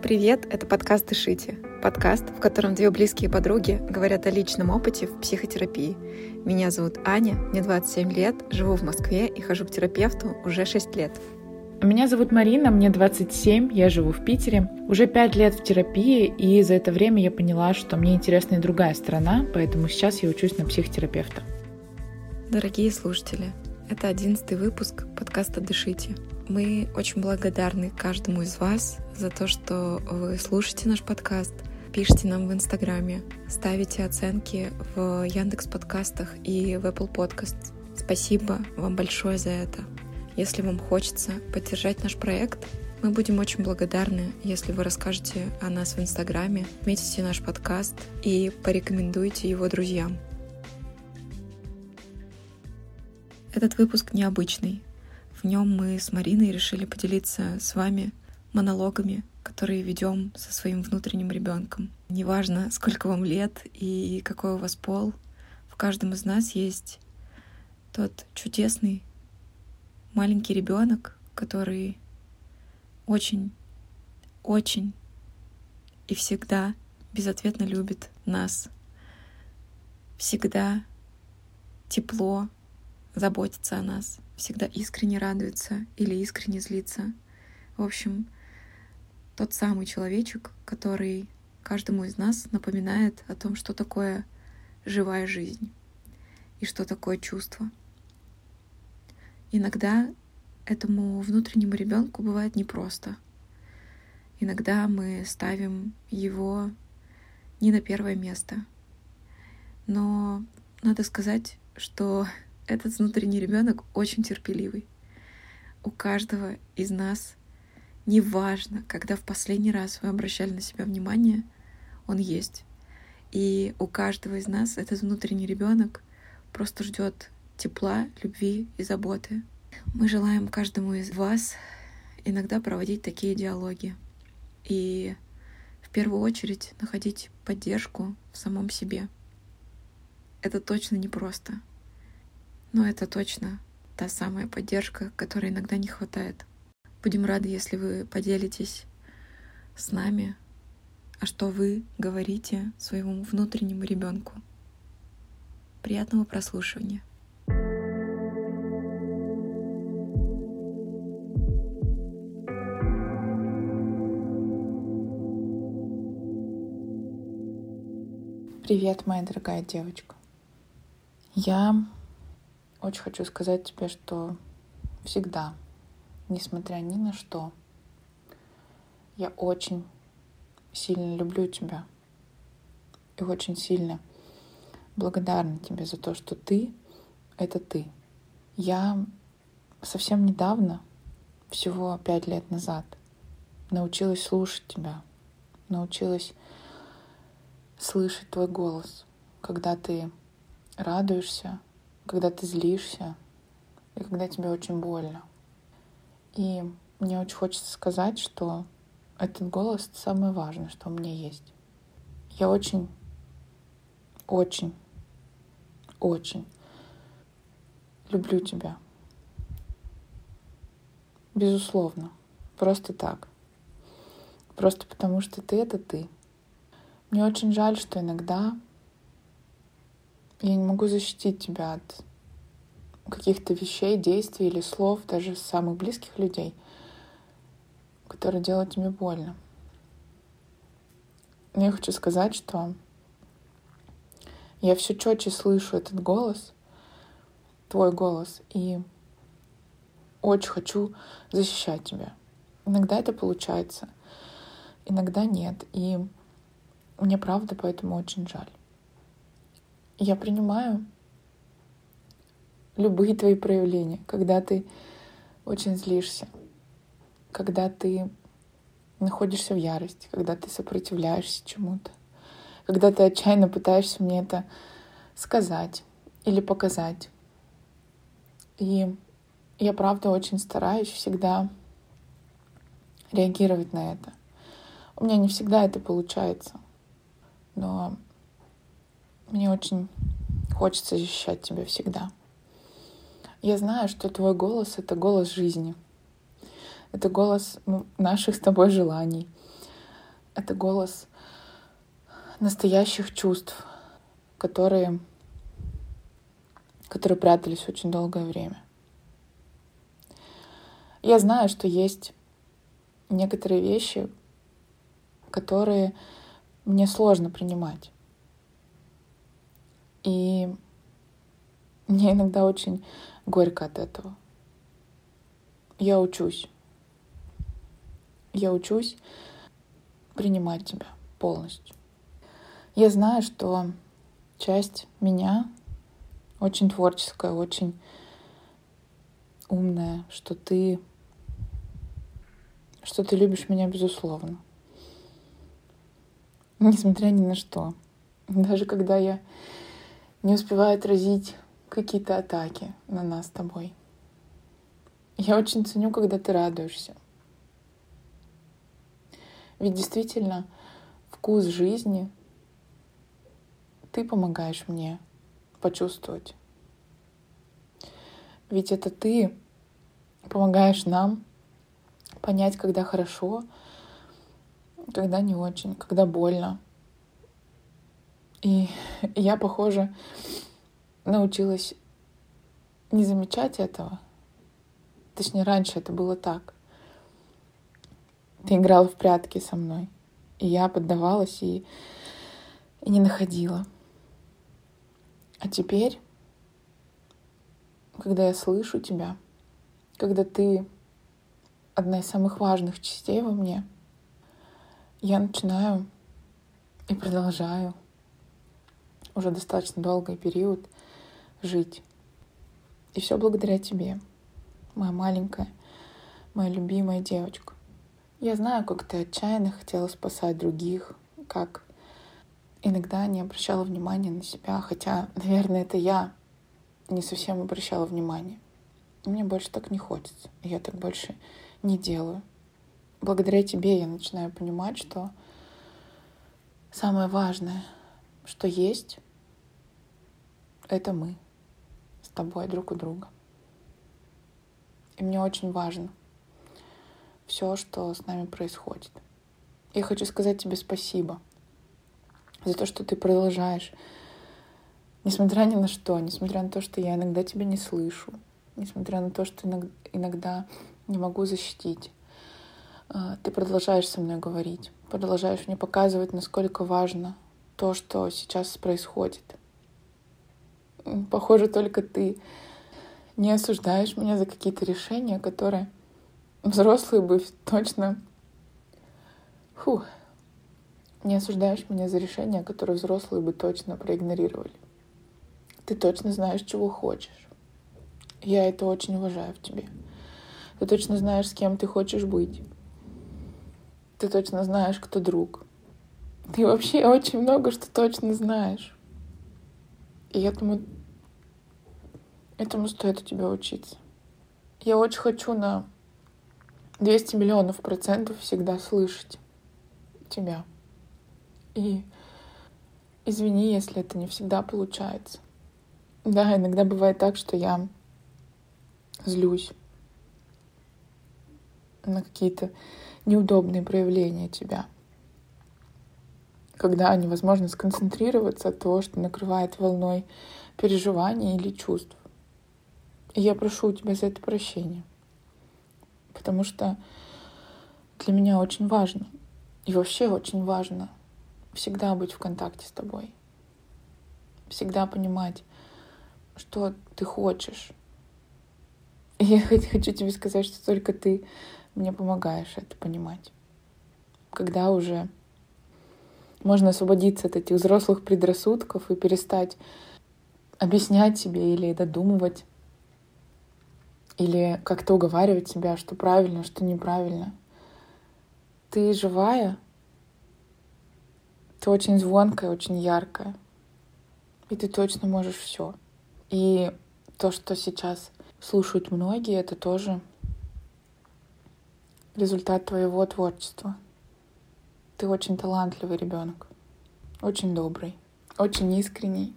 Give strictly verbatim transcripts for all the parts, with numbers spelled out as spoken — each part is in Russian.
Привет, это подкаст «Дышите». Подкаст, в котором две близкие подруги говорят о личном опыте в психотерапии. Меня зовут Аня, мне двадцать семь лет, живу в Москве и хожу к терапевту уже шесть лет. Меня зовут Марина, мне двадцать семь, я живу в Питере. Уже пять лет в терапии, и за это время я поняла, что мне интересна и другая сторона, поэтому сейчас я учусь на психотерапевта. Дорогие слушатели, это одиннадцатый выпуск подкаста «Дышите». Мы очень благодарны каждому из вас за то, что вы слушаете наш подкаст, пишите нам в Инстаграме, ставите оценки в Яндекс.Подкастах и в Apple Podcasts. Спасибо вам большое за это. Если вам хочется поддержать наш проект, мы будем очень благодарны, если вы расскажете о нас в Инстаграме, отметите наш подкаст и порекомендуете его друзьям. Этот выпуск необычный. В нем мы с Мариной решили поделиться с вами монологами, которые ведем со своим внутренним ребенком. Неважно, сколько вам лет и какой у вас пол, в каждом из нас есть тот чудесный маленький ребенок, который очень, очень и всегда безответно любит нас, всегда тепло заботится о нас, всегда искренне радуется или искренне злится. В общем, тот самый человечек, который каждому из нас напоминает о том, что такое живая жизнь и что такое чувство. Иногда этому внутреннему ребенку бывает непросто. Иногда мы ставим его не на первое место. Но надо сказать, что этот внутренний ребенок очень терпеливый. У каждого из нас, неважно, когда в последний раз вы обращали на себя внимание, он есть. И у каждого из нас этот внутренний ребенок просто ждет тепла, любви и заботы. Мы желаем каждому из вас иногда проводить такие диалоги и в первую очередь находить поддержку в самом себе. Это точно непросто. Но это точно та самая поддержка, которой иногда не хватает. Будем рады, если вы поделитесь с нами, а что вы говорите своему внутреннему ребенку. Приятного прослушивания. Привет, моя дорогая девочка. Я очень хочу сказать тебе, что всегда, несмотря ни на что, я очень сильно люблю тебя и очень сильно благодарна тебе за то, что ты — это ты. Я совсем недавно, всего пять лет назад, научилась слушать тебя, научилась слышать твой голос, когда ты радуешься, когда ты злишься и когда тебе очень больно. И мне очень хочется сказать, что этот голос — это самое важное, что у меня есть. Я очень, очень, очень люблю тебя. Безусловно. Просто так. Просто потому, что ты — это ты. Мне очень жаль, что иногда я не могу защитить тебя от каких-то вещей, действий или слов, даже самых близких людей, которые делают тебе больно. Но я хочу сказать, что я все четче слышу этот голос, твой голос, и очень хочу защищать тебя. Иногда это получается, иногда нет, и мне правда поэтому очень жаль. Я принимаю любые твои проявления, когда ты очень злишься, когда ты находишься в ярости, когда ты сопротивляешься чему-то, когда ты отчаянно пытаешься мне это сказать или показать. И я правда очень стараюсь всегда реагировать на это. У меня не всегда это получается, но мне очень хочется защищать тебя всегда. Я знаю, что твой голос — это голос жизни. Это голос наших с тобой желаний. Это голос настоящих чувств, которые, которые прятались очень долгое время. Я знаю, что есть некоторые вещи, которые мне сложно принимать. И мне иногда очень горько от этого. Я учусь. Я учусь принимать тебя полностью. Я знаю, что часть меня очень творческая, очень умная, что ты, что ты любишь меня безусловно. Несмотря ни на что. Даже когда я не успеваю отразить какие-то атаки на нас с тобой. Я очень ценю, когда ты радуешься. Ведь действительно вкус жизни ты помогаешь мне почувствовать. Ведь это ты помогаешь нам понять, когда хорошо, когда не очень, когда больно. И я, похоже, научилась не замечать этого. Точнее, раньше это было так. Ты играла в прятки со мной, и я поддавалась и, и не находила. А теперь, когда я слышу тебя, когда ты одна из самых важных частей во мне, я начинаю и продолжаю уже достаточно долгий период жить. И все благодаря тебе, моя маленькая, моя любимая девочка. Я знаю, как ты отчаянно хотела спасать других, как иногда не обращала внимания на себя, хотя, наверное, это я не совсем обращала внимание. Мне больше так не хочется, я так больше не делаю. Благодаря тебе я начинаю понимать, что самое важное, что есть, это мы с тобой друг у друга. И мне очень важно все, что с нами происходит. Я хочу сказать тебе спасибо за то, что ты продолжаешь, несмотря ни на что, несмотря на то, что я иногда тебя не слышу, несмотря на то, что иногда не могу защитить, ты продолжаешь со мной говорить, продолжаешь мне показывать, насколько важно то, что сейчас происходит. Похоже, только ты не осуждаешь меня за какие-то решения, которые взрослые бы точно... Фу. Не осуждаешь меня за решения, которые взрослые бы точно проигнорировали. Ты точно знаешь, чего хочешь. Я это очень уважаю в тебе. Ты точно знаешь, с кем ты хочешь быть. Ты точно знаешь, кто друг. Ты вообще очень много что точно знаешь. И этому, этому стоит у тебя учиться. Я очень хочу на двести миллионов процентов всегда слышать тебя. И извини, если это не всегда получается. Да, иногда бывает так, что я злюсь на какие-то неудобные проявления тебя, когда невозможно сконцентрироваться от того, что накрывает волной переживаний или чувств. И я прошу у тебя за это прощения, потому что для меня очень важно, и вообще очень важно всегда быть в контакте с тобой, всегда понимать, что ты хочешь. И я хочу тебе сказать, что только ты мне помогаешь это понимать. Когда уже можно освободиться от этих взрослых предрассудков и перестать объяснять себе или додумывать, или как-то уговаривать себя, что правильно, что неправильно. Ты живая, ты очень звонкая, очень яркая, и ты точно можешь все. И то, что сейчас слушают многие, это тоже результат твоего творчества. Ты очень талантливый ребенок, очень добрый, очень искренний,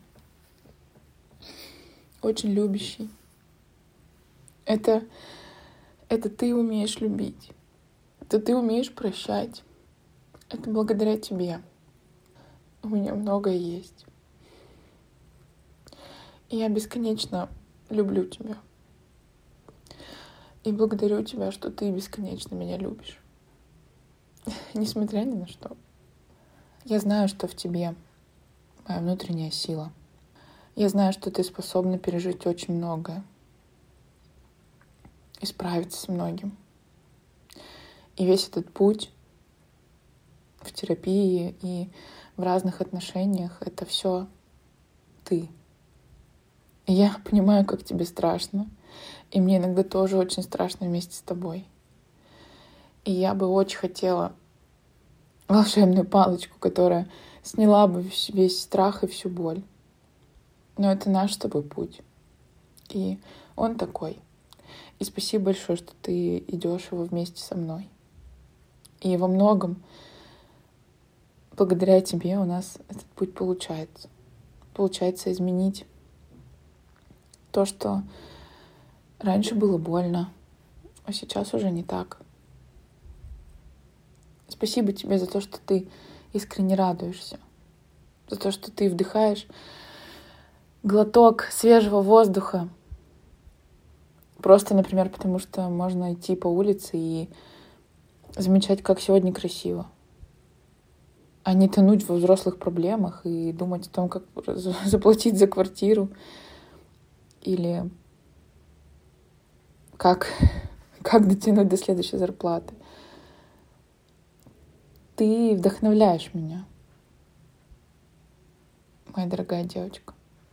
очень любящий. Это, это ты умеешь любить, это ты умеешь прощать, Это благодаря тебе. У меня многое есть. И я бесконечно люблю тебя. И благодарю тебя, что ты бесконечно меня любишь. Несмотря ни на что. Я знаю, что в тебе моя внутренняя сила. Я знаю, что ты способна пережить очень многое. И справиться с многим. И весь этот путь в терапии и в разных отношениях — это все ты. И я понимаю, как тебе страшно. И мне иногда тоже очень страшно вместе с тобой. И я бы очень хотела волшебную палочку, которая сняла бы весь страх и всю боль. Но это наш с тобой путь. И он такой. И спасибо большое, что ты идешь его вместе со мной. И во многом благодаря тебе у нас этот путь получается. Получается изменить то, что раньше было больно, а сейчас уже не так. Спасибо тебе за то, что ты искренне радуешься. За то, что ты вдыхаешь глоток свежего воздуха. Просто, например, потому что можно идти по улице и замечать, как сегодня красиво. А не тонуть во взрослых проблемах и думать о том, как заплатить за квартиру. Или как, как дотянуть до следующей зарплаты. Ты вдохновляешь меня, моя дорогая девочка.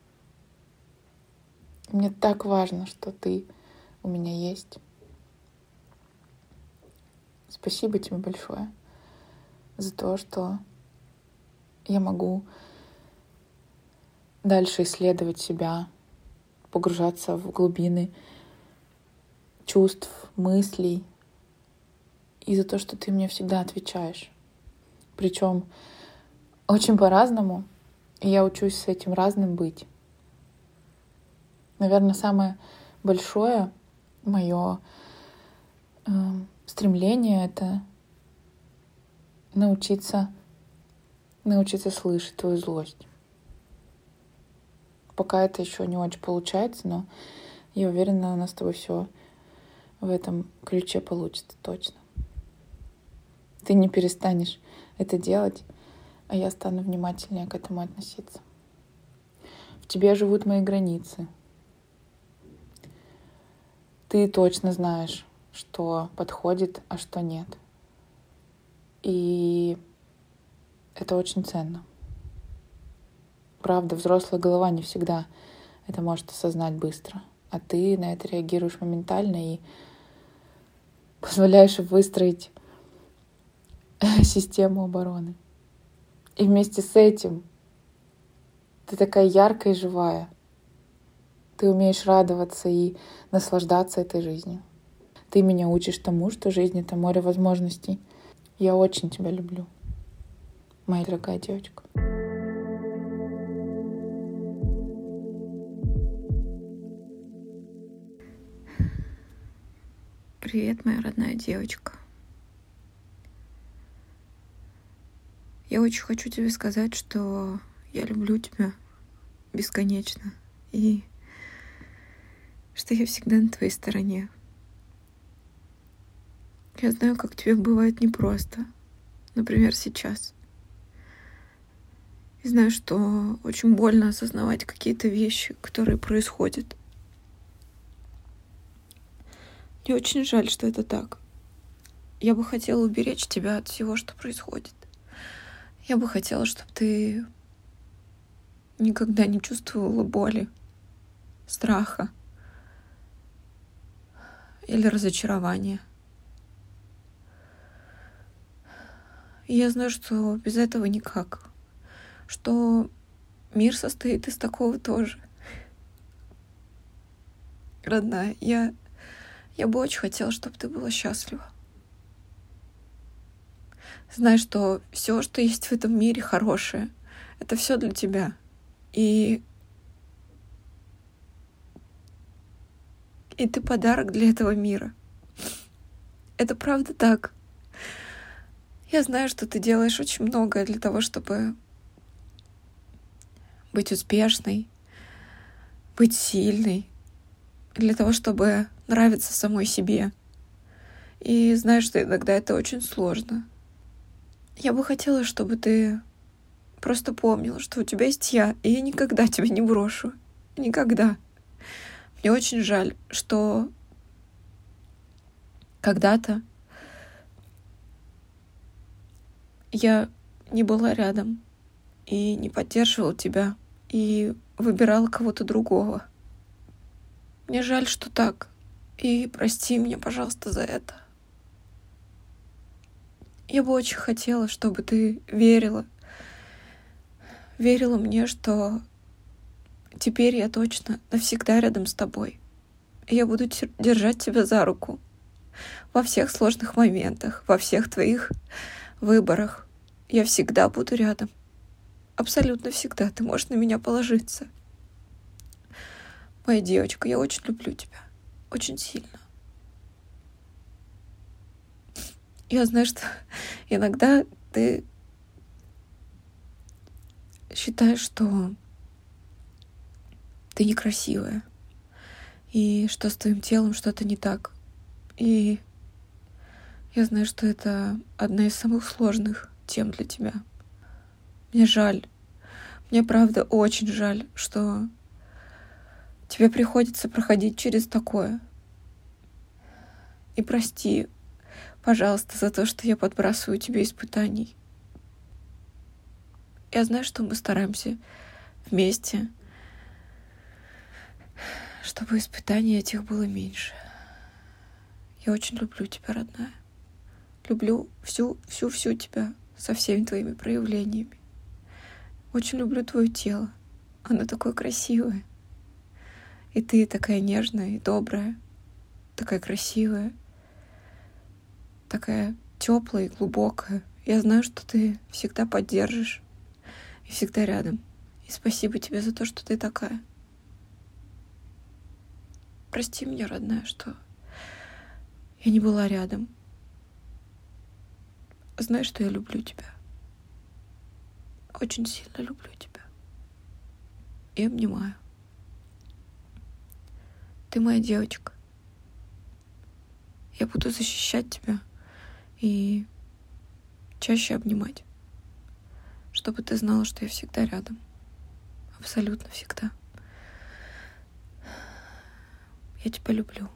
Мне так важно, что ты у меня есть. Спасибо тебе большое за то, что я могу дальше исследовать себя, погружаться в глубины чувств, мыслей, и за то, что ты мне всегда отвечаешь. Причем очень по-разному, и я учусь с этим разным быть. Наверное, самое большое мое э, стремление — это научиться, научиться слышать твою злость. Пока это еще не очень получается, но я уверена, у нас с тобой все в этом ключе получится точно. Ты не перестанешь это делать, а я стану внимательнее к этому относиться. В тебе живут мои границы. Ты точно знаешь, что подходит, а что нет. И это очень ценно. Правда, взрослая голова не всегда это может осознать быстро. А ты на это реагируешь моментально и позволяешь выстроить систему обороны. И вместе с этим ты такая яркая и живая. Ты умеешь радоваться и наслаждаться этой жизнью. Ты меня учишь тому, что жизнь — это море возможностей. Я очень тебя люблю, моя дорогая девочка. Привет, моя родная девочка. Я очень хочу тебе сказать, что я люблю тебя бесконечно. И что я всегда на твоей стороне. Я знаю, как тебе бывает непросто. Например, сейчас. И знаю, что очень больно осознавать какие-то вещи, которые происходят. Мне очень жаль, что это так. Я бы хотела уберечь тебя от всего, что происходит. Я бы хотела, чтобы ты никогда не чувствовала боли, страха или разочарования. И я знаю, что без этого никак. Что мир состоит из такого тоже. Родная, я, я бы очень хотела, чтобы ты была счастлива. Знай, что все, что есть в этом мире хорошее, это все для тебя. И, и ты подарок для этого мира. Это правда так. Я знаю, что ты делаешь очень многое для того, чтобы быть успешной, быть сильной, для того, чтобы нравиться самой себе. И знаю, что иногда это очень сложно. Я бы хотела, чтобы ты просто помнила, что у тебя есть я, и я никогда тебя не брошу. Никогда. Мне очень жаль, что когда-то я не была рядом и не поддерживала тебя, и выбирала кого-то другого. Мне жаль, что так. И прости меня, пожалуйста, за это. Я бы очень хотела, чтобы ты верила. Верила мне, что теперь я точно навсегда рядом с тобой. И я буду держать тебя за руку во всех сложных моментах, во всех твоих выборах. Я всегда буду рядом. Абсолютно всегда. Ты можешь на меня положиться. Моя девочка, я очень люблю тебя. Очень сильно. Я знаю, что иногда ты считаешь, что ты некрасивая, и что с твоим телом что-то не так. И я знаю, что это одна из самых сложных тем для тебя. Мне жаль. Мне правда очень жаль, что тебе приходится проходить через такое. И прости, пожалуйста, за то, что я подбрасываю тебе испытаний. Я знаю, что мы стараемся вместе, чтобы испытаний этих было меньше. Я очень люблю тебя, родная. Люблю всю, всю, всю тебя со всеми твоими проявлениями. Очень люблю твое тело. Оно такое красивое. И ты такая нежная и добрая, такая красивая, такая теплая и глубокая. Я знаю, что ты всегда поддержишь и всегда рядом. И спасибо тебе за то, что ты такая. Прости меня, родная, что я не была рядом. Знай, что я люблю тебя. Очень сильно люблю тебя. И обнимаю. Ты моя девочка. Я буду защищать тебя и чаще обнимать, чтобы ты знала, что я всегда рядом. Абсолютно всегда. Я тебя люблю.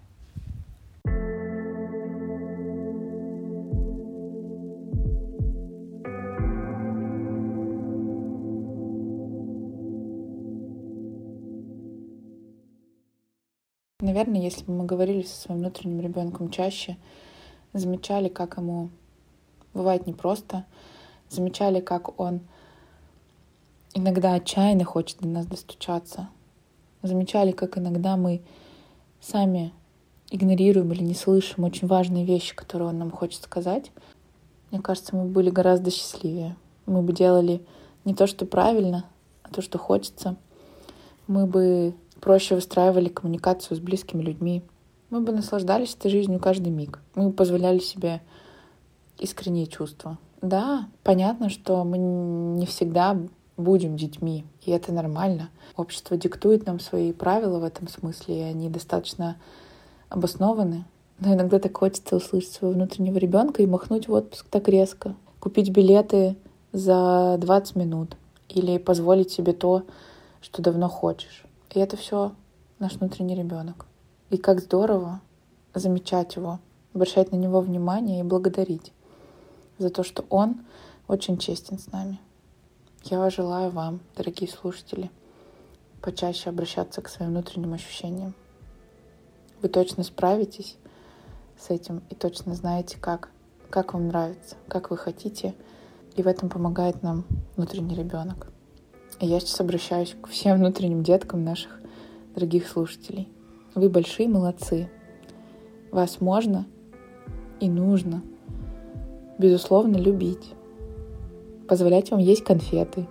Наверное, если бы мы говорили со своим внутренним ребенком чаще, замечали, как ему бывает непросто, замечали, как он иногда отчаянно хочет до нас достучаться, замечали, как иногда мы сами игнорируем или не слышим очень важные вещи, которые он нам хочет сказать, мне кажется, мы были гораздо счастливее. Мы бы делали не то, что правильно, а то, что хочется. Мы бы проще выстраивали коммуникацию с близкими людьми. Мы бы наслаждались этой жизнью каждый миг. Мы бы позволяли себе искренние чувства. Да, понятно, что мы не всегда будем детьми, и это нормально. Общество диктует нам свои правила в этом смысле, и они достаточно обоснованы. Но иногда так хочется услышать своего внутреннего ребенка и махнуть в отпуск так резко. Купить билеты за двадцать минут или позволить себе то, что давно хочешь. И это все наш внутренний ребенок. И как здорово замечать его, обращать на него внимание и благодарить за то, что он очень честен с нами. Я желаю вам, дорогие слушатели, почаще обращаться к своим внутренним ощущениям. Вы точно справитесь с этим и точно знаете, как, как вам нравится, как вы хотите. И в этом помогает нам внутренний ребенок. И я сейчас обращаюсь к всем внутренним деткам наших дорогих слушателей. Вы большие молодцы. Вас можно и нужно, безусловно, любить. Позволять вам есть конфеты.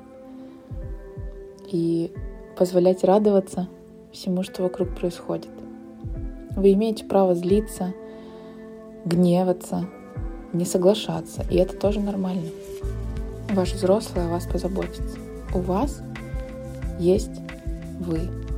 И позволять радоваться всему, что вокруг происходит. Вы имеете право злиться, гневаться, не соглашаться, и это тоже нормально. Ваш взрослый о вас позаботится. У вас есть вы.